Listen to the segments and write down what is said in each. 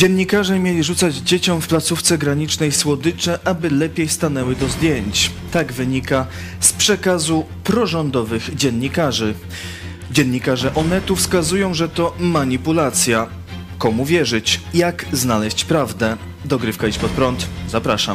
Dziennikarze mieli rzucać dzieciom w placówce granicznej słodycze, aby lepiej stanęły do zdjęć. Tak wynika z przekazu prorządowych dziennikarzy. Dziennikarze Onetu wskazują, że to manipulacja. Komu wierzyć? Jak znaleźć prawdę? Dogrywka Idź Pod Prąd. Zapraszam.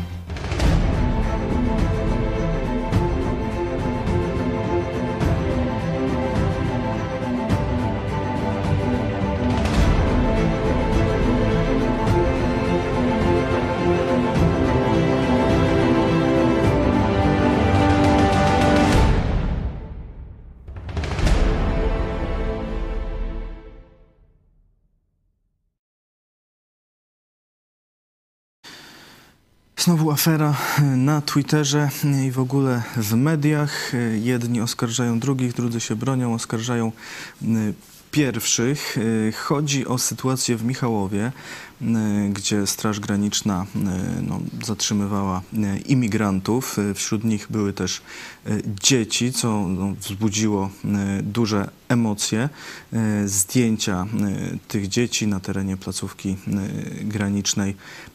Znowu afera na Twitterze i w ogóle w mediach. Jedni oskarżają drugich, drudzy się bronią, oskarżają pierwszych. Chodzi o sytuację w Michałowie, gdzie Straż Graniczna zatrzymywała imigrantów. Wśród nich były też dzieci, co wzbudziło duże emocje. Zdjęcia tych dzieci na terenie placówki granicznej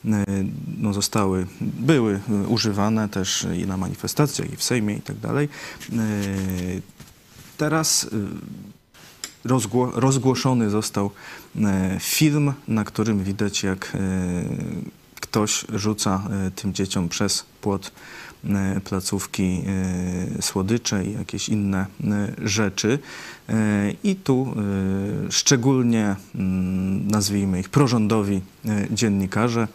były używane też i na manifestacjach, i w Sejmie i tak dalej. Teraz rozgłoszony został film, na którym widać, jak ktoś rzuca tym dzieciom przez płot placówki słodycze i jakieś inne rzeczy. I tu szczególnie, nazwijmy ich, prorządowi dziennikarze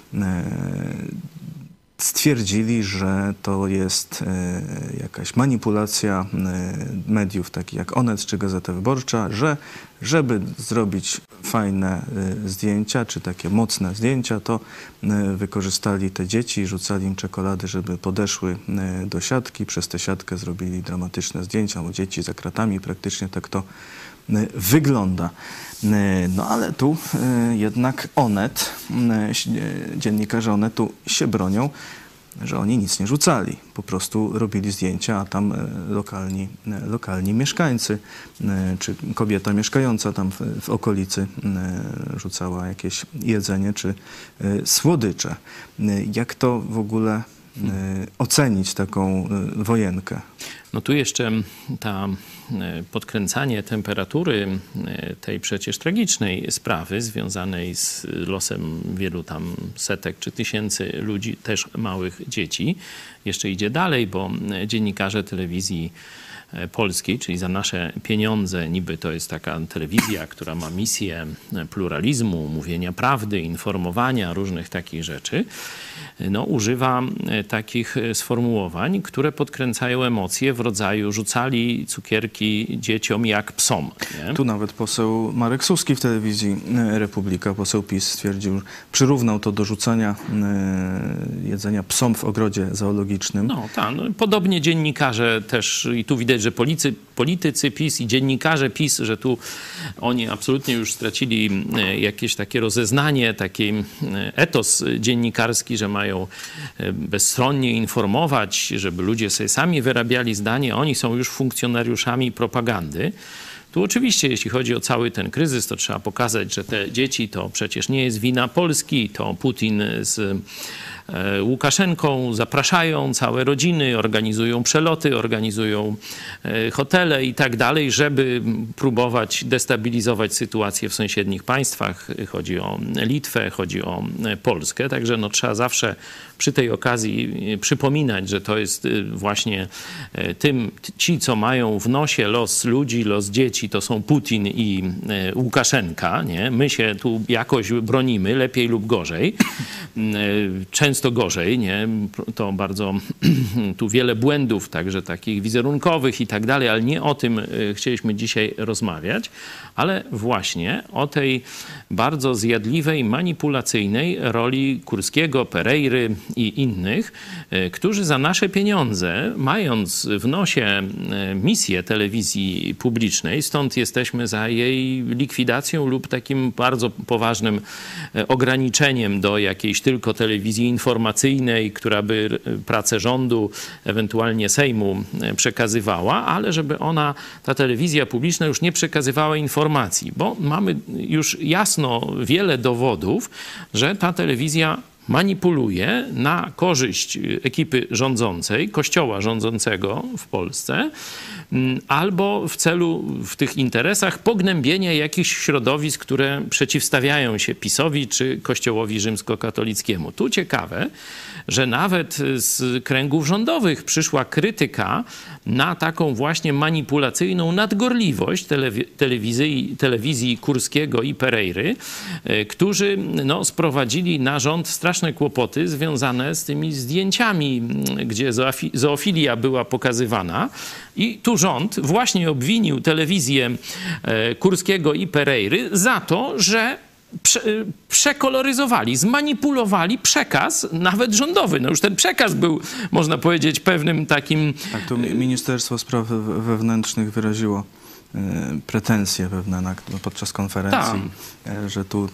stwierdzili, że to jest jakaś manipulacja mediów takich jak Onet czy Gazeta Wyborcza, że żeby zrobić fajne zdjęcia, czy takie mocne zdjęcia, to wykorzystali te dzieci i rzucali im czekolady, żeby podeszły do siatki. Przez tę siatkę zrobili dramatyczne zdjęcia, bo dzieci za kratami, praktycznie tak to wygląda. No ale tu jednak Onet, dziennikarze Onetu się bronią, że oni nic nie rzucali. Po prostu robili zdjęcia, a tam lokalni mieszkańcy, czy kobieta mieszkająca tam w okolicy rzucała jakieś jedzenie czy słodycze. Jak to w ogóle ocenić taką wojenkę? No tu jeszcze podkręcanie temperatury tej przecież tragicznej sprawy związanej z losem wielu tam setek czy tysięcy ludzi, też małych dzieci, jeszcze idzie dalej, bo dziennikarze telewizji polskiej, czyli za nasze pieniądze, niby to jest taka telewizja, która ma misję pluralizmu, mówienia prawdy, informowania, różnych takich rzeczy, używa takich sformułowań, które podkręcają emocje w rodzaju rzucali cukierki dzieciom jak psom. Nie? Tu nawet poseł Marek Suski w telewizji Republika, poseł PiS, stwierdził, przyrównał to do rzucania jedzenia psom w ogrodzie zoologicznym. Podobnie dziennikarze też, i tu widać, że politycy PiS i dziennikarze PiS, że tu oni absolutnie już stracili jakieś takie rozeznanie, taki etos dziennikarski, że mają bezstronnie informować, żeby ludzie sobie sami wyrabiali zdanie. Oni są już funkcjonariuszami propagandy. Tu oczywiście, jeśli chodzi o cały ten kryzys, to trzeba pokazać, że te dzieci to przecież nie jest wina Polski, to Putin z Łukaszenką zapraszają całe rodziny, organizują przeloty, organizują hotele i tak dalej, żeby próbować destabilizować sytuację w sąsiednich państwach. Chodzi o Litwę, chodzi o Polskę, także trzeba zawsze przy tej okazji przypominać, że to jest właśnie ci, co mają w nosie los ludzi, los dzieci, to są Putin i Łukaszenka. Nie? My się tu jakoś bronimy, lepiej lub gorzej. Często gorzej, nie? To bardzo tu wiele błędów, także takich wizerunkowych i tak dalej, ale nie o tym chcieliśmy dzisiaj rozmawiać, ale właśnie o tej bardzo zjadliwej, manipulacyjnej roli Kurskiego, Pereiry i innych, którzy za nasze pieniądze, mając w nosie misję telewizji publicznej, stąd jesteśmy za jej likwidacją lub takim bardzo poważnym ograniczeniem do jakiejś tylko telewizji informacyjnej, która by pracę rządu, ewentualnie Sejmu przekazywała, ale żeby ta telewizja publiczna już nie przekazywała informacji, bo mamy już jasno wiele dowodów, że ta telewizja manipuluje na korzyść ekipy rządzącej, kościoła rządzącego w Polsce, albo w celu, w tych interesach pognębienia jakichś środowisk, które przeciwstawiają się PiS-owi czy Kościołowi rzymskokatolickiemu. Tu ciekawe, że nawet z kręgów rządowych przyszła krytyka na taką właśnie manipulacyjną nadgorliwość telewizji Kurskiego i Pereiry, którzy sprowadzili na rząd straszne kłopoty związane z tymi zdjęciami, gdzie zoofilia była pokazywana. I tu rząd właśnie obwinił telewizję Kurskiego i Pereiry za to, że przekoloryzowali, zmanipulowali przekaz, nawet rządowy. No już ten przekaz był, można powiedzieć, pewnym takim... Tak, to Ministerstwo Spraw Wewnętrznych wyraziło pretensje pewne podczas konferencji, że tu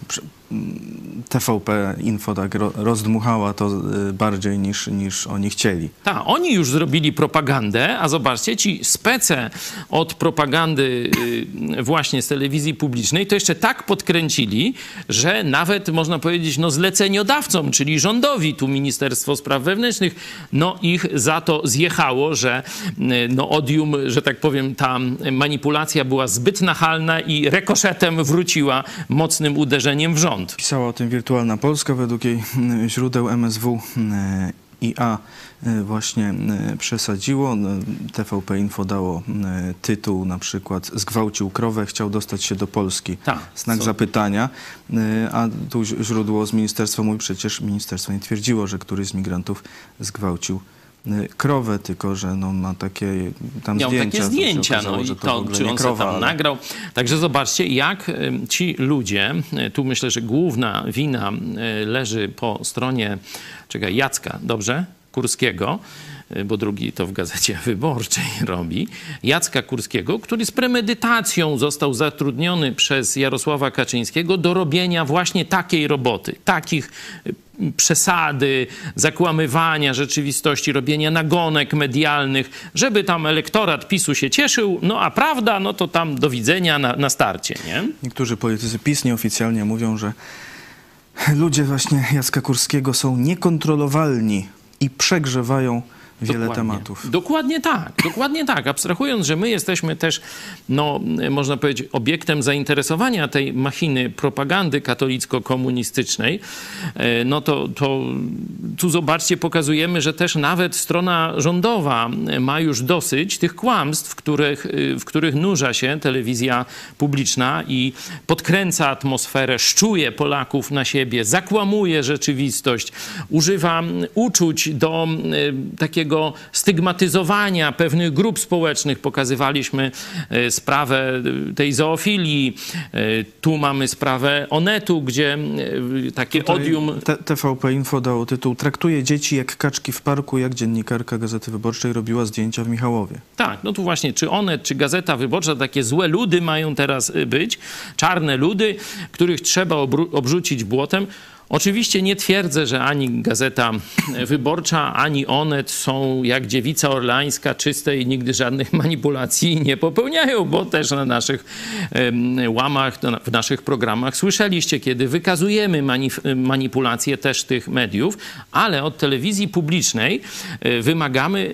TVP Info tak rozdmuchała to bardziej niż oni chcieli. Tak, oni już zrobili propagandę, a zobaczcie, ci spece od propagandy właśnie z telewizji publicznej to jeszcze tak podkręcili, że nawet można powiedzieć zleceniodawcom, czyli rządowi, tu Ministerstwo Spraw Wewnętrznych, ich za to zjechało, że odium, że tak powiem, ta manipulacja była zbyt nachalna i rekoszetem wróciła mocnym uderzeniem w rząd. Pisała o tym Wirtualna Polska. Według jej źródeł MSW IA właśnie przesadziło. TVP Info dało tytuł na przykład "Zgwałcił krowę, chciał dostać się do Polski". Znak zapytania. A tu źródło z ministerstwa mówi, przecież ministerstwo nie twierdziło, że któryś z migrantów zgwałcił krowę, tylko że ma takie tam miał zdjęcia. Takie zdjęcia, okazało, i to, czy on krowa, tam nagrał. Także zobaczcie, jak ci ludzie, tu myślę, że główna wina leży po stronie, Jacka, dobrze? Kurskiego, bo drugi to w Gazecie Wyborczej robi, Jacka Kurskiego, który z premedytacją został zatrudniony przez Jarosława Kaczyńskiego do robienia właśnie takiej roboty, takich przesady, zakłamywania rzeczywistości, robienia nagonek medialnych, żeby tam elektorat PiS-u się cieszył, a prawda, to tam do widzenia na starcie, nie? Niektórzy politycy PiS nieoficjalnie mówią, że ludzie właśnie Jacka Kurskiego są niekontrolowalni i przegrzewają wiele tematów. Dokładnie tak. Abstrahując, że my jesteśmy też, można powiedzieć, obiektem zainteresowania tej machiny propagandy katolicko-komunistycznej, to tu zobaczcie, pokazujemy, że też nawet strona rządowa ma już dosyć tych kłamstw, w których nurza się telewizja publiczna i podkręca atmosferę, szczuje Polaków na siebie, zakłamuje rzeczywistość, używa uczuć do takiego stygmatyzowania pewnych grup społecznych. Pokazywaliśmy sprawę tej zoofilii. Tu mamy sprawę Onetu, gdzie takie odium... TVP Info dało tytuł "Traktuje dzieci jak kaczki w parku", jak dziennikarka Gazety Wyborczej robiła zdjęcia w Michałowie. Tak, tu właśnie, czy Onet, czy Gazeta Wyborcza, takie złe ludy mają teraz być, czarne ludy, których trzeba obrzucić błotem. Oczywiście nie twierdzę, że ani Gazeta Wyborcza, ani Onet są jak dziewica orleańska, czyste i nigdy żadnych manipulacji nie popełniają, bo też na naszych łamach, w naszych programach słyszeliście, kiedy wykazujemy manipulacje też tych mediów, ale od telewizji publicznej wymagamy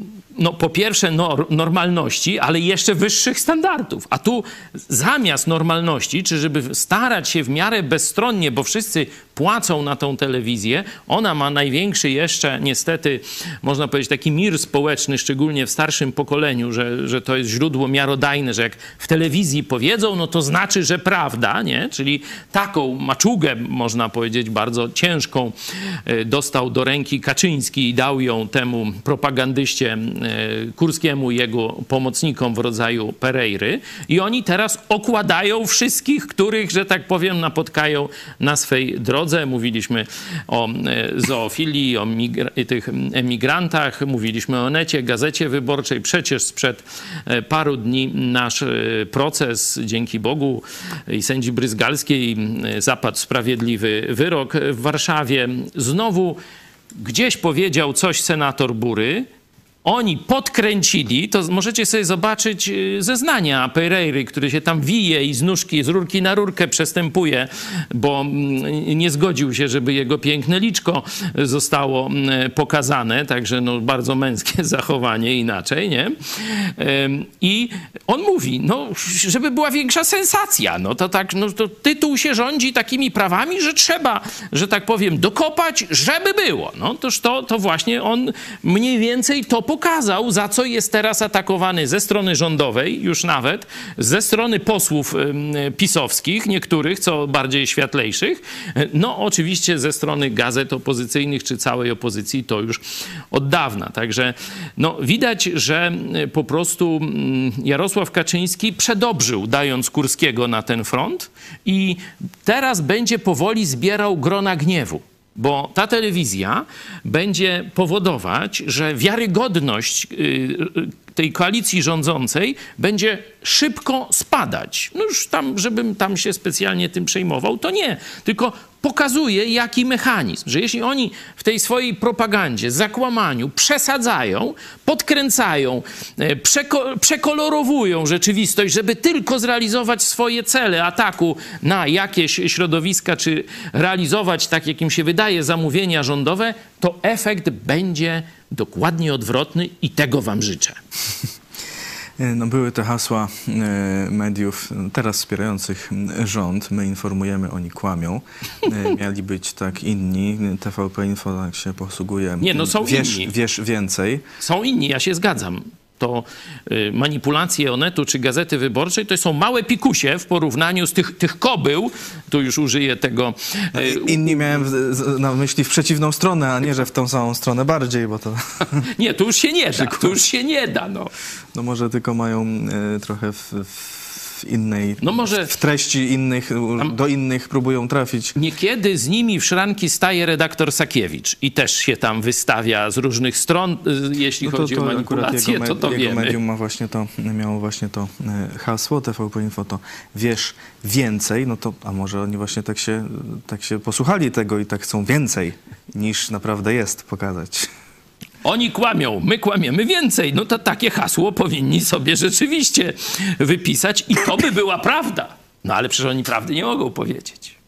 po pierwsze normalności, ale jeszcze wyższych standardów. A tu zamiast normalności, czy żeby starać się w miarę bezstronnie, bo wszyscy płacą na tą telewizję, ona ma największy jeszcze niestety, można powiedzieć, taki mir społeczny, szczególnie w starszym pokoleniu, że to jest źródło miarodajne, że jak w telewizji powiedzą, to znaczy, że prawda, nie? Czyli taką maczugę, można powiedzieć, bardzo ciężką dostał do ręki Kaczyński i dał ją temu propagandyście Kurskiemu i jego pomocnikom w rodzaju Pereiry i oni teraz okładają wszystkich, których, że tak powiem, napotkają na swej drodze. Mówiliśmy o zoofilii, o tych emigrantach, mówiliśmy o Necie, Gazecie Wyborczej. Przecież sprzed paru dni nasz proces, dzięki Bogu i sędzi Bryzgalskiej, zapadł sprawiedliwy wyrok w Warszawie. Znowu gdzieś powiedział coś senator Bury. Oni podkręcili, to możecie sobie zobaczyć zeznania Pereiry, który się tam wije i z rurki na rurkę przestępuje, bo nie zgodził się, żeby jego piękne liczko zostało pokazane, także no bardzo męskie zachowanie inaczej, nie? I on mówi, no żeby była większa sensacja, no to tak, no to tytuł się rządzi takimi prawami, że trzeba, że tak powiem, dokopać, żeby było. No toż to właśnie on mniej więcej to pokazał, za co jest teraz atakowany ze strony rządowej, już nawet, ze strony posłów pisowskich, niektórych, co bardziej światlejszych, no oczywiście ze strony gazet opozycyjnych, czy całej opozycji, to już od dawna. Także no, widać, że po prostu Jarosław Kaczyński przedobrzył, dając Kurskiego na ten front i teraz będzie powoli zbierał grona gniewu. Bo ta telewizja będzie powodować, że wiarygodność tej koalicji rządzącej będzie szybko spadać. No już tam, żebym tam się specjalnie tym przejmował, to nie. Tylko pokazuje, jaki mechanizm, że jeśli oni w tej swojej propagandzie, zakłamaniu przesadzają, podkręcają, przekolorowują rzeczywistość, żeby tylko zrealizować swoje cele ataku na jakieś środowiska, czy realizować, tak jak im się wydaje, zamówienia rządowe, to efekt będzie dokładnie odwrotny i tego wam życzę. No, były te hasła mediów teraz wspierających rząd. My informujemy, oni kłamią. Mieli być tak inni. TVP Info tak się posługuje. Nie, no są inni. Wiesz więcej. Są inni, ja się zgadzam. To manipulacje Onetu czy Gazety Wyborczej to są małe pikusie w porównaniu z tych kobył, tu już użyję tego... Inni miałem na myśli w przeciwną stronę, a nie, że w tą samą stronę bardziej, bo to... Nie, tu już się nie da, tu już się nie da, no. No może tylko mają trochę w innej, no może w treści innych, do innych próbują trafić. Niekiedy z nimi w szranki staje redaktor Sakiewicz i też się tam wystawia z różnych stron, jeśli chodzi o manipulację, jego wiemy. medium miało właśnie to hasło, TVP Info to wiesz więcej, no to, a może oni właśnie tak się posłuchali tego i tak chcą więcej niż naprawdę jest pokazać. Oni kłamią, my kłamiemy więcej. No to takie hasło powinni sobie rzeczywiście wypisać i to by była prawda. No ale przecież oni prawdy nie mogą powiedzieć.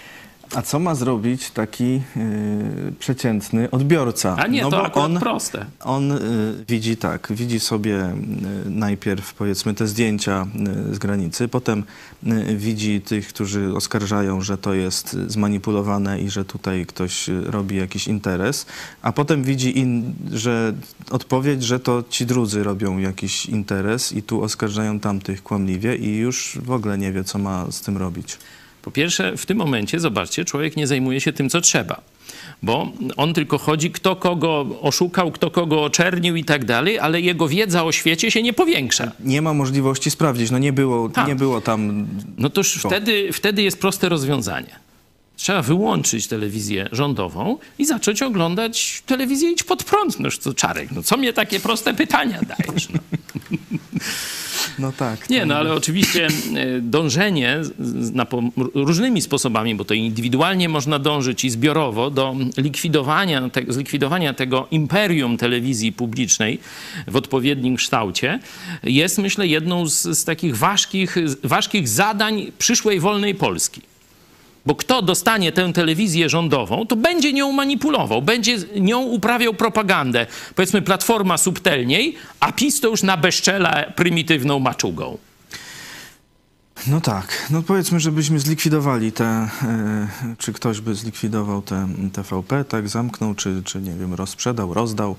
A co ma zrobić taki przeciętny odbiorca? A nie, no to bo akurat proste. On widzi sobie najpierw powiedzmy te zdjęcia z granicy, potem widzi tych, którzy oskarżają, że to jest zmanipulowane i że tutaj ktoś robi jakiś interes, a potem widzi że odpowiedź, że to ci drudzy robią jakiś interes i tu oskarżają tamtych kłamliwie i już w ogóle nie wie, co ma z tym robić. Po pierwsze, w tym momencie, zobaczcie, człowiek nie zajmuje się tym, co trzeba. Bo on tylko chodzi, kto kogo oszukał, kto kogo oczernił i tak dalej, ale jego wiedza o świecie się nie powiększa. Nie ma możliwości sprawdzić, no nie było tam... No to już wtedy jest proste rozwiązanie. Trzeba wyłączyć telewizję rządową i zacząć oglądać telewizję Idź Pod Prąd. No co, Czarek, no co mnie takie proste pytania dajesz? No. No tak. Nie, no ale oczywiście dążenie różnymi sposobami, bo to indywidualnie można dążyć i zbiorowo do zlikwidowania tego imperium telewizji publicznej w odpowiednim kształcie jest, myślę, jedną z takich ważkich zadań przyszłej wolnej Polski. Bo kto dostanie tę telewizję rządową, to będzie nią manipulował, będzie nią uprawiał propagandę. Powiedzmy Platforma subtelniej, a PiS to już na bezczela prymitywną maczugą. No tak, no powiedzmy, żebyśmy zlikwidowali czy ktoś by zlikwidował te TVP, tak, zamknął, czy nie wiem, rozsprzedał, rozdał.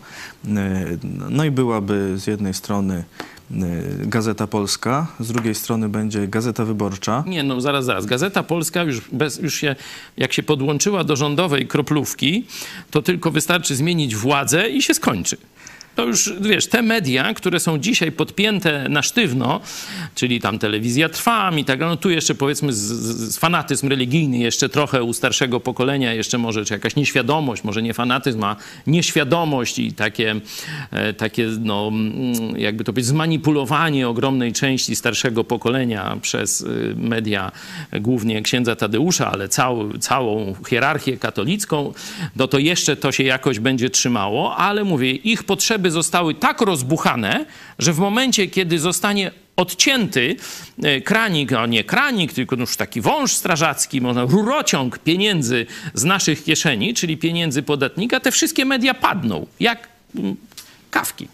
No i byłaby z jednej strony Gazeta Polska, z drugiej strony będzie Gazeta Wyborcza. Nie, no zaraz. Gazeta Polska już jak się podłączyła do rządowej kroplówki, to tylko wystarczy zmienić władzę i się skończy. To już, wiesz, te media, które są dzisiaj podpięte na sztywno, czyli tam Telewizja Trwam i tak dalej, no tu jeszcze powiedzmy z fanatyzm religijny jeszcze trochę u starszego pokolenia, jeszcze może czy jakaś nieświadomość, może nie fanatyzm, a nieświadomość i takie no, jakby to powiedzieć, zmanipulowanie ogromnej części starszego pokolenia przez media, głównie księdza Tadeusza, ale całą hierarchię katolicką, no to jeszcze to się jakoś będzie trzymało, ale mówię, ich potrzeby zostały tak rozbuchane, że w momencie, kiedy zostanie odcięty kranik, a nie kranik, tylko już taki wąż strażacki, można rurociąg pieniędzy z naszych kieszeni, czyli pieniędzy podatnika, te wszystkie media padną, jak kawki.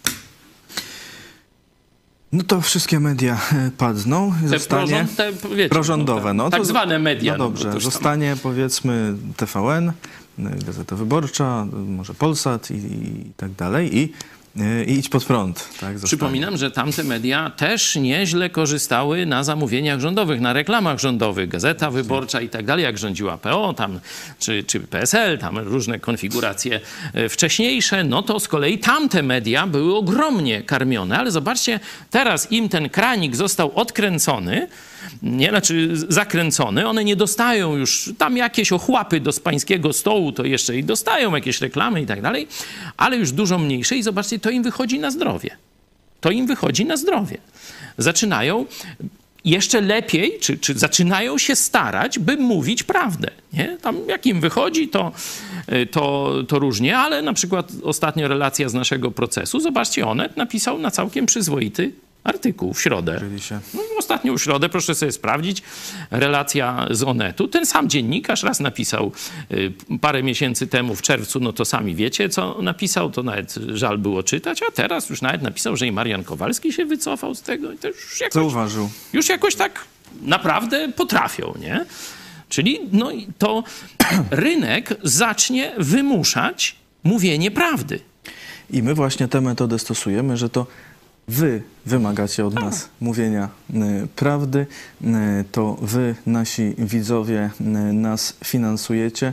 No to wszystkie media padną. Zostanie prorządowe. No, tak zwane media. No dobrze, no zostanie powiedzmy TVN, Gazeta Wyborcza, może Polsat i tak dalej i idź pod prąd. Tak, przypominam, że tamte media też nieźle korzystały na zamówieniach rządowych, na reklamach rządowych. Gazeta Wyborcza i tak dalej, jak rządziła PO tam, czy PSL, tam różne konfiguracje wcześniejsze, no to z kolei tamte media były ogromnie karmione, ale zobaczcie, teraz im ten kranik został odkręcony, zakręcony, one nie dostają już tam jakieś ochłapy do pańskiego stołu, to jeszcze i dostają jakieś reklamy i tak dalej, ale już dużo mniejsze i zobaczcie, to im wychodzi na zdrowie. To im wychodzi na zdrowie. Zaczynają jeszcze lepiej, czy zaczynają się starać, by mówić prawdę. Nie? Tam jak im wychodzi, to różnie, ale na przykład ostatnio relacja z naszego procesu, zobaczcie, Onet napisał na całkiem przyzwoity artykuł w środę. No, ostatnią środę, proszę sobie sprawdzić, relacja z Onetu. Ten sam dziennikarz raz napisał parę miesięcy temu, w czerwcu, no to sami wiecie, co napisał, to nawet żal było czytać, a teraz już nawet napisał, że i Marian Kowalski się wycofał z tego. I to już jakoś, zauważył. Już jakoś tak naprawdę potrafią, nie? Czyli no, to rynek zacznie wymuszać mówienie prawdy. I my właśnie tę metodę stosujemy, że to wy wymagacie od nas mówienia prawdy, to wy, nasi widzowie, nas finansujecie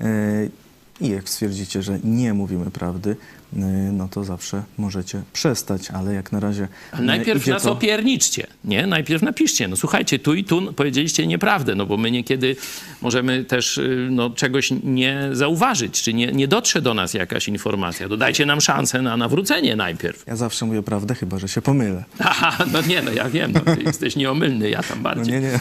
i jak stwierdzicie, że nie mówimy prawdy, no to zawsze możecie przestać, ale jak na razie najpierw nas opierniczcie, nie? Najpierw napiszcie, no słuchajcie, tu i tu powiedzieliście nieprawdę, no bo my niekiedy możemy też no, czegoś nie zauważyć, czy nie dotrze do nas jakaś informacja. Dodajcie nam szansę na nawrócenie najpierw. Ja zawsze mówię prawdę, chyba że się pomylę. Aha, no nie, no ja wiem, no, ty jesteś nieomylny, ja tam bardziej. No nie.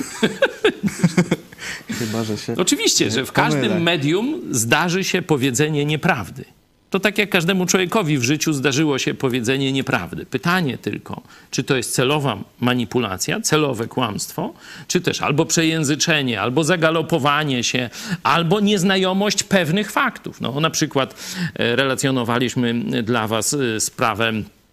Chyba że się oczywiście, że w każdym medium zdarzy się powiedzenie nieprawdy. To tak jak każdemu człowiekowi w życiu zdarzyło się powiedzenie nieprawdy. Pytanie tylko, czy to jest celowa manipulacja, celowe kłamstwo, czy też albo przejęzyczenie, albo zagalopowanie się, albo nieznajomość pewnych faktów. No, na przykład relacjonowaliśmy dla was sprawę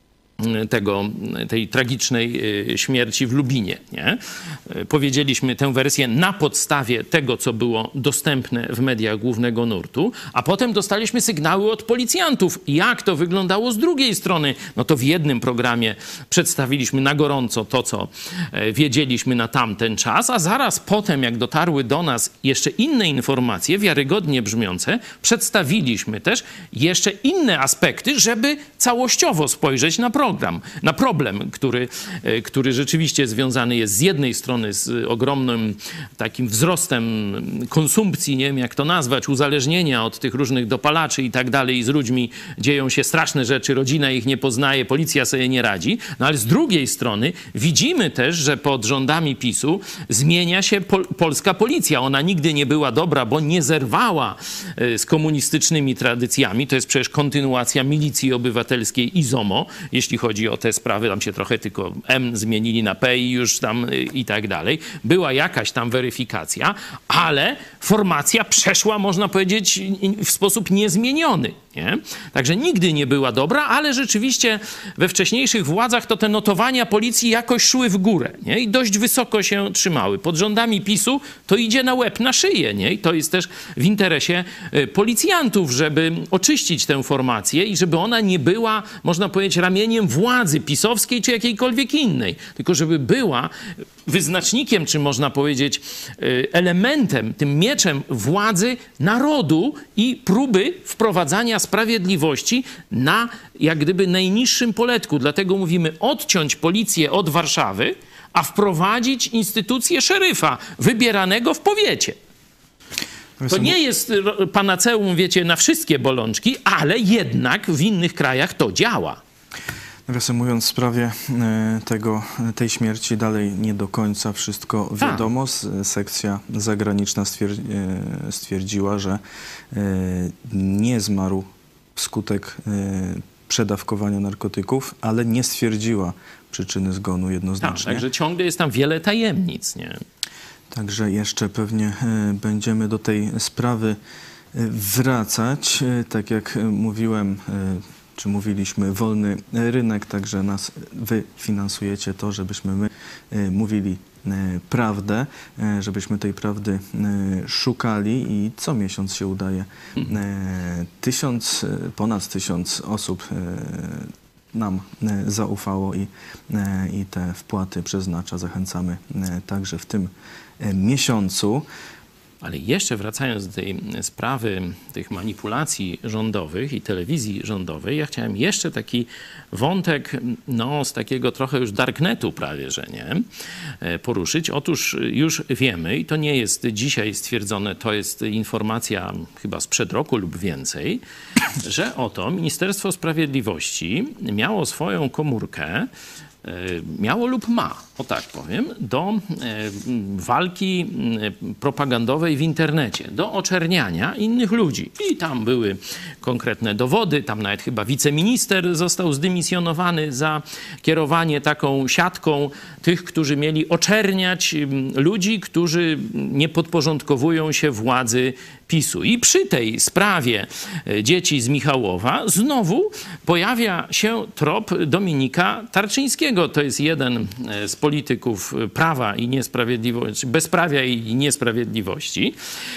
tej tragicznej śmierci w Lubinie. Nie? Powiedzieliśmy tę wersję na podstawie tego, co było dostępne w mediach głównego nurtu, a potem dostaliśmy sygnały od policjantów, jak to wyglądało z drugiej strony. No to w jednym programie przedstawiliśmy na gorąco to, co wiedzieliśmy na tamten czas, a zaraz potem, jak dotarły do nas jeszcze inne informacje, wiarygodnie brzmiące, przedstawiliśmy też jeszcze inne aspekty, żeby całościowo spojrzeć na problem, który rzeczywiście związany jest z jednej strony z ogromnym takim wzrostem konsumpcji, nie wiem jak to nazwać, uzależnienia od tych różnych dopalaczy i tak dalej, i z ludźmi dzieją się straszne rzeczy, rodzina ich nie poznaje, policja sobie nie radzi, no ale z drugiej strony widzimy też, że pod rządami PiS-u zmienia się polska policja. Ona nigdy nie była dobra, bo nie zerwała z komunistycznymi tradycjami. To jest przecież kontynuacja milicji obywatelskiej i ZOMO, jeśli chodzi o te sprawy, tam się trochę tylko M zmienili na P i już tam i tak dalej. Była jakaś tam weryfikacja, ale formacja przeszła, można powiedzieć, w sposób niezmieniony. Nie? Także nigdy nie była dobra, ale rzeczywiście we wcześniejszych władzach to te notowania policji jakoś szły w górę, nie? I dość wysoko się trzymały. Pod rządami PiS-u to idzie na łeb, na szyję, nie? I to jest też w interesie policjantów, żeby oczyścić tę formację i żeby ona nie była, można powiedzieć, ramieniem wyznacznikiem władzy pisowskiej czy jakiejkolwiek innej, tylko żeby była wyznacznikiem, czy można powiedzieć elementem, tym mieczem władzy narodu i próby wprowadzania sprawiedliwości na jak gdyby najniższym poletku. Dlatego mówimy odciąć policję od Warszawy, a wprowadzić instytucję szeryfa wybieranego w powiecie. To nie jest panaceum, wiecie, na wszystkie bolączki, ale jednak w innych krajach to działa. Nawiasem mówiąc, w sprawie tej śmierci dalej nie do końca wszystko wiadomo. Sekcja zagraniczna stwierdziła, że nie zmarł wskutek przedawkowania narkotyków, ale nie stwierdziła przyczyny zgonu jednoznacznie. Tak, także ciągle jest tam wiele tajemnic, nie? Także jeszcze pewnie będziemy do tej sprawy wracać. Tak jak mówiłem, czy mówiliśmy, wolny rynek, także wy finansujecie to, żebyśmy my mówili prawdę, żebyśmy tej prawdy szukali i co miesiąc się udaje. Ponad 1000 osób nam zaufało i te wpłaty przeznacza. Zachęcamy także w tym miesiącu. Ale jeszcze wracając do tej sprawy tych manipulacji rządowych i telewizji rządowej, ja chciałem jeszcze taki wątek, no, z takiego trochę już darknetu prawie, że nie, poruszyć. Otóż już wiemy, i to nie jest dzisiaj stwierdzone, to jest informacja chyba sprzed roku lub więcej, że oto Ministerstwo Sprawiedliwości miało swoją komórkę, miało lub ma, o tak powiem, do walki propagandowej w internecie, do oczerniania innych ludzi. I tam były konkretne dowody, tam nawet chyba wiceminister został zdymisjonowany za kierowanie taką siatką tych, którzy mieli oczerniać ludzi, którzy nie podporządkowują się władzy PiS-u. I przy tej sprawie dzieci z Michałowa znowu pojawia się trop Dominika Tarczyńskiego. To jest jeden z polityków prawa i niesprawiedliwości, bezprawia i niesprawiedliwości.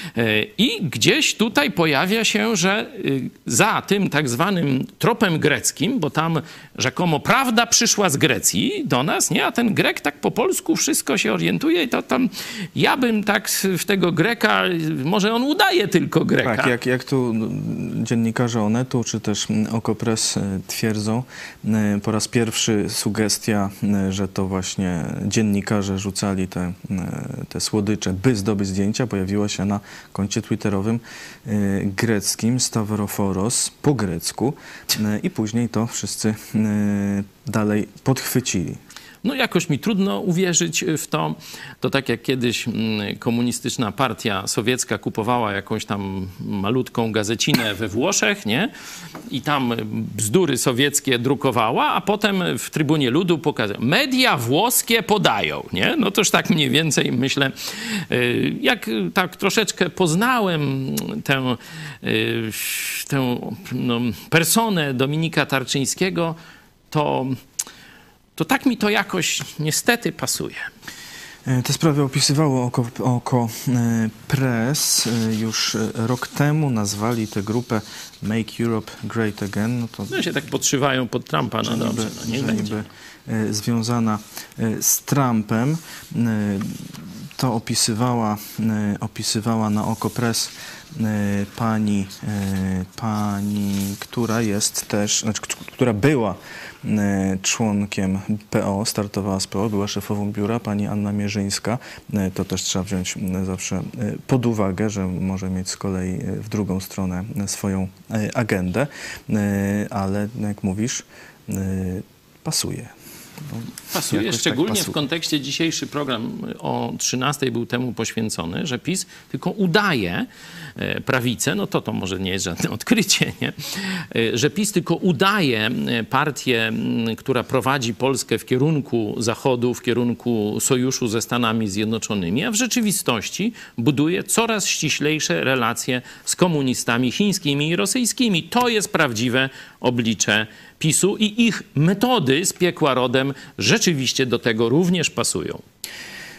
I gdzieś tutaj pojawia się, że za tym tak zwanym tropem greckim, bo tam rzekomo prawda przyszła z Grecji do nas, nie? A ten Grek tak po polsku wszystko się orientuje i to tam ja bym tak w tego Greka, może on udaje tylko Greka. Tak, jak tu dziennikarze Onetu czy też Okopres twierdzą, po raz pierwszy sugestia, że to właśnie dziennikarze rzucali te słodycze, by zdobyć zdjęcia, pojawiła się na koncie twitterowym greckim Stavroforos po grecku i później to wszyscy dalej podchwycili. No jakoś mi trudno uwierzyć w to. To tak jak kiedyś komunistyczna partia sowiecka kupowała jakąś tam malutką gazecinę we Włoszech, nie? I tam bzdury sowieckie drukowała, a potem w Trybunie Ludu pokazała. Media włoskie podają, nie? No toż tak mniej więcej myślę, jak tak troszeczkę poznałem tę personę Dominika Tarczyńskiego, to tak mi to jakoś niestety pasuje. Te sprawy opisywało Okopres już rok temu. Nazwali tę grupę Make Europe Great Again. No się tak podszywają pod Trumpa, no dobrze, no niech będzie. Związana z Trumpem. To opisywała na Okopres pani, która jest też, znaczy, która była członkiem PO, startowała z PO, była szefową biura, pani Anna Mierzyńska. To też trzeba wziąć zawsze pod uwagę, że może mieć z kolei w drugą stronę swoją agendę, ale jak mówisz, pasuje. Pasuje, szczególnie w kontekście dzisiejszy program o 13:00 był temu poświęcony, że PiS tylko udaje prawicę, no to może nie jest żadne odkrycie, nie? Że PiS tylko udaje partię, która prowadzi Polskę w kierunku Zachodu, w kierunku sojuszu ze Stanami Zjednoczonymi, a w rzeczywistości buduje coraz ściślejsze relacje z komunistami chińskimi i rosyjskimi. To jest prawdziwe oblicze PiS-u i ich metody z piekła rodem rzeczywiście do tego również pasują.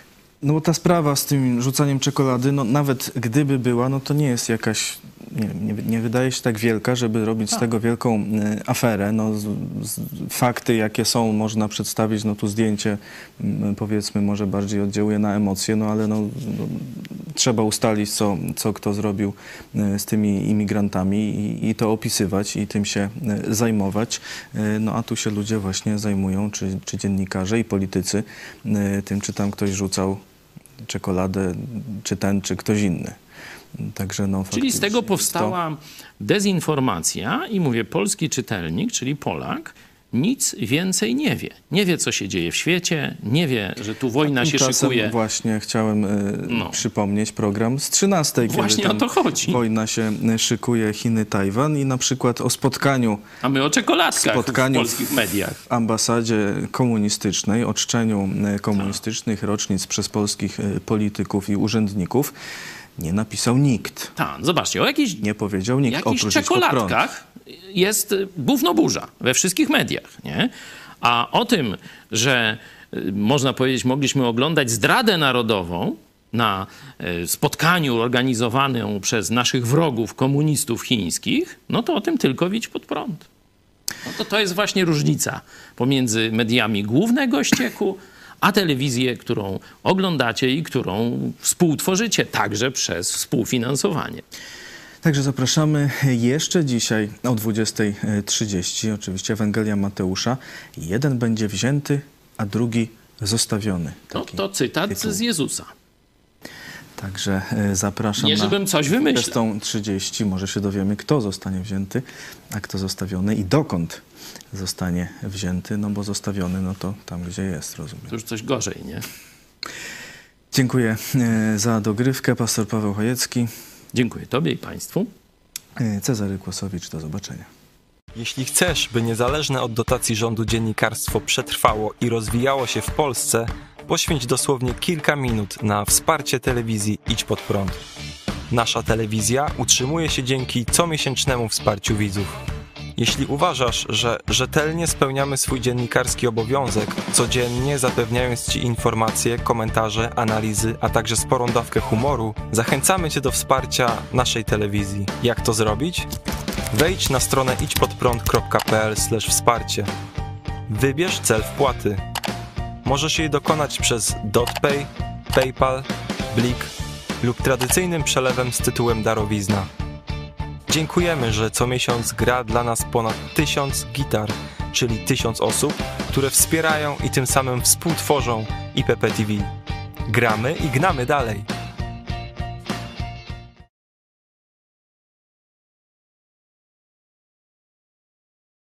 No bo ta sprawa z tym rzucaniem czekolady, no nawet gdyby była, no to nie jest jakaś, nie wydaje się tak wielka, żeby robić z tego wielką aferę. No, fakty, jakie są, można przedstawić, no tu zdjęcie, powiedzmy, może bardziej oddziałuje na emocje, no ale trzeba ustalić, co kto zrobił z tymi imigrantami i to opisywać i tym się zajmować. No a tu się ludzie właśnie zajmują, czy dziennikarze i politycy, tym, czy tam ktoś rzucał czekoladę, czy ten, czy ktoś inny. Także no, czyli z tego powstała dezinformacja i mówię, polski czytelnik, czyli Polak, nic więcej nie wie. Nie wie, co się dzieje w świecie, nie wie, że tu wojna się szykuje. Właśnie chciałem przypomnieć program z 13, właśnie kiedy o to chodzi. Wojna się szykuje, Chiny, Tajwan i na przykład o spotkaniu... A my o czekoladkach w polskich mediach. W ambasadzie komunistycznej, o czczeniu komunistycznych rocznic przez polskich polityków i urzędników nie napisał nikt. Tak, zobaczcie, o jakichś nie powiedział nikt, oprócz czekoladkach jest gówno burza we wszystkich mediach, nie? A o tym, że można powiedzieć, mogliśmy oglądać zdradę narodową na spotkaniu organizowanym przez naszych wrogów, komunistów chińskich, no to o tym tylko widź pod prąd. No to jest właśnie różnica pomiędzy mediami głównego ścieku, a telewizję, którą oglądacie i którą współtworzycie, także przez współfinansowanie. Także zapraszamy jeszcze dzisiaj o 20:30, oczywiście Ewangelia Mateusza. Jeden będzie wzięty, a drugi zostawiony. No to cytat z Jezusa. Także zapraszam. Nie, żebym coś wymyślał. 20:30 może się dowiemy, kto zostanie wzięty, a kto zostawiony i dokąd zostanie wzięty, no bo zostawiony, no to tam, gdzie jest, rozumiem. To już coś gorzej, nie? Dziękuję za dogrywkę. Pastor Paweł Chojecki. Dziękuję Tobie i Państwu. Cezary Kłosowicz, do zobaczenia. Jeśli chcesz, by niezależne od dotacji rządu dziennikarstwo przetrwało i rozwijało się w Polsce, poświęć dosłownie kilka minut na wsparcie telewizji Idź Pod Prąd. Nasza telewizja utrzymuje się dzięki comiesięcznemu wsparciu widzów. Jeśli uważasz, że rzetelnie spełniamy swój dziennikarski obowiązek, codziennie zapewniając Ci informacje, komentarze, analizy, a także sporą dawkę humoru, zachęcamy Cię do wsparcia naszej telewizji. Jak to zrobić? Wejdź na stronę idźpodprąd.pl/wsparcie. Wybierz cel wpłaty. Możesz jej dokonać przez DotPay, PayPal, Blik lub tradycyjnym przelewem z tytułem darowizna. Dziękujemy, że co miesiąc gra dla nas ponad 1000 gitar, czyli 1000 osób, które wspierają i tym samym współtworzą IPP TV. Gramy i gnamy dalej.